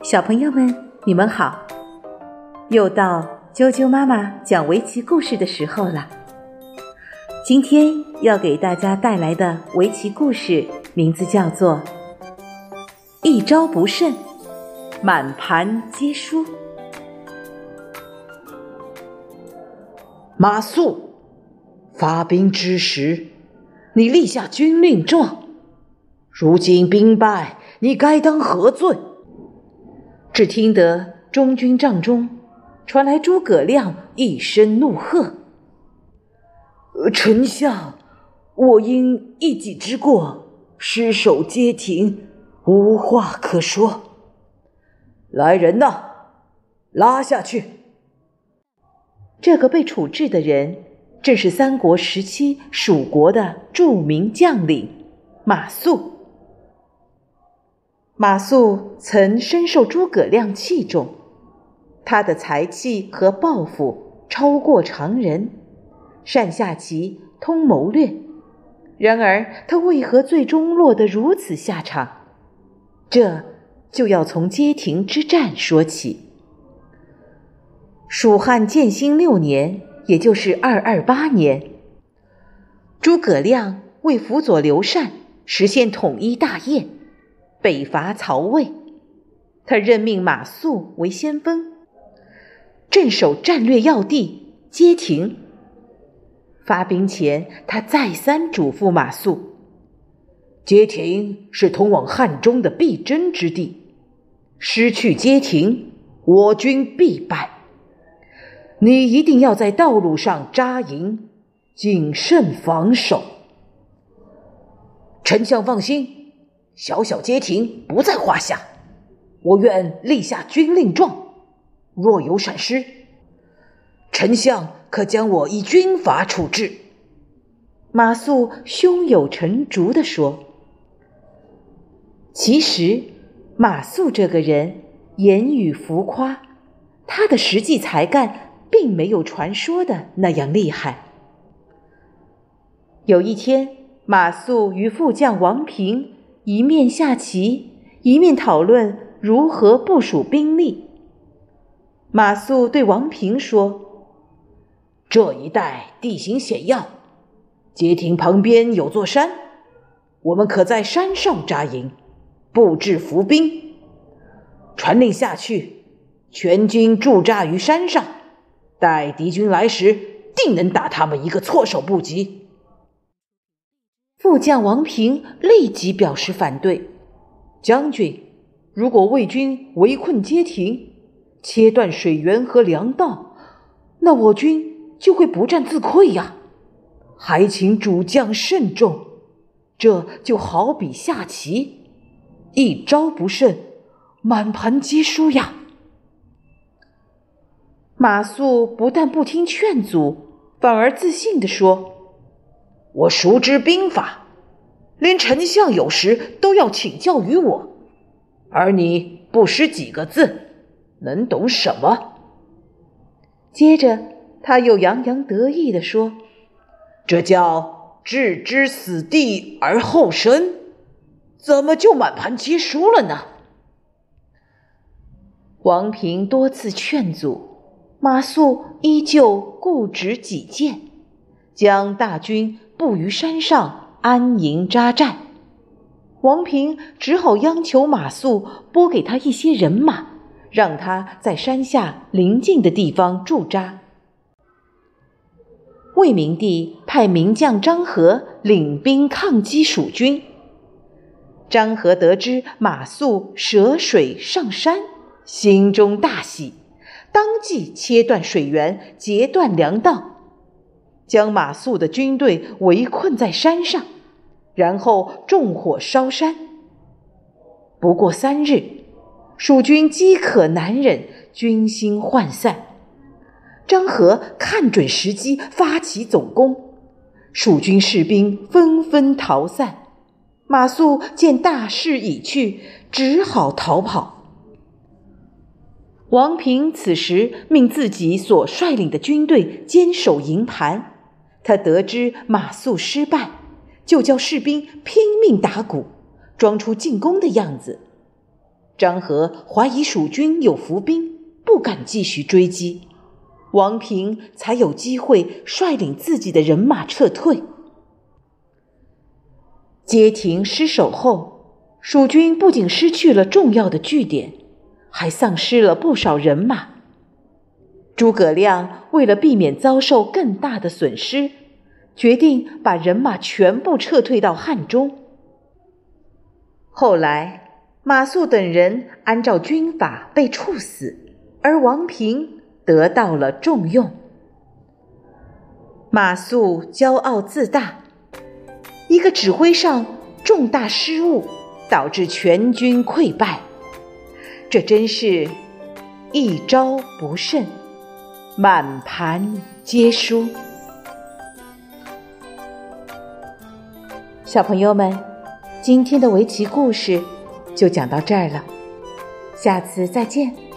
小朋友们，你们好！又到啾啾妈妈讲围棋故事的时候了。今天要给大家带来的围棋故事名字叫做一招不慎，满盘皆输。 马谡，发兵之时，你立下军令状，如今兵败，你该当何罪？ 只听得中军帐中传来诸葛亮一声怒喝： 丞相，我因一己之过，失守街亭，无话可说。来人呐，拉下去！ 这个被处置的人正是三国时期蜀国的著名将领马谡。马谡曾深受诸葛亮器重，他的才气和抱负超过常人，善下棋，通谋略。然而他为何最终落得如此下场？这就要从街亭之战说起。蜀汉建兴6年，也就是228年，诸葛亮为辅佐刘禅实现统一大业，北伐曹魏。他任命马谡为先锋，镇守战略要地街亭。发兵前，他再三嘱咐马谡： 街亭是通往汉中的必争之地，失去街亭，我军必败。你一定要在道路上扎营，谨慎防守。丞相放心，小小街亭不在话下，我愿立下军令状，若有闪失，丞相可将我依军法处置。 马谡胸有成竹地说。其实马谡这个人言语浮夸，他的实际才干并没有传说的那样厉害。有一天，马谡与副将王平一面下棋，一面讨论如何部署兵力。马谡对王平说： 这一带地形险要，街亭旁边有座山，我们可在山上扎营，布置伏兵。传令下去，全军驻扎于山上，待敌军来时，定能打他们一个措手不及。 副将王平立即表示反对： 将军，如果魏军围困街亭，切断水源和粮道，那我军就会不战自溃呀。还请主将慎重，这就好比下棋，一招不慎，满盘皆输呀。 马谡不但不听劝阻，反而自信地说： 我熟知兵法，连丞相有时都要请教于我，而你不识几个字，能懂什么？ 接着他又洋洋得意地说： 这叫置之死地而后生，怎么就满盘皆输了呢？ 王平多次劝阻，马谡依旧固执己见，将大军布于山上安营扎寨。王平只好央求马谡拨给他一些人马，让他在山下邻近的地方驻扎。魏明帝派名将张合领兵抗击蜀军。张合得知马谡涉水上山，心中大喜，当即切断水源，截断粮道，将马谡的军队围困在山上，然后纵火烧山。不过3日，蜀军饥渴难忍，军心涣散。张合看准时机，发起总攻，蜀军士兵纷纷逃散。马谡见大势已去，只好逃跑。王平此时命自己所率领的军队坚守营盘，他得知马谡失败，就叫士兵拼命打鼓，装出进攻的样子。 张合怀疑蜀军有伏兵，不敢继续追击，王平才有机会率领自己的人马撤退。街亭失守后，蜀军不仅失去了重要的据点，还丧失了不少人马。诸葛亮为了避免遭受更大的损失，决定把人马全部撤退到汉中。后来马谡等人按照军法被处死，而王平得到了重用。马谡骄傲自大，一个指挥上重大失误，导致全军溃败。这真是一招不慎，满盘皆输。小朋友们，今天的围棋故事就讲到这儿了，下次再见。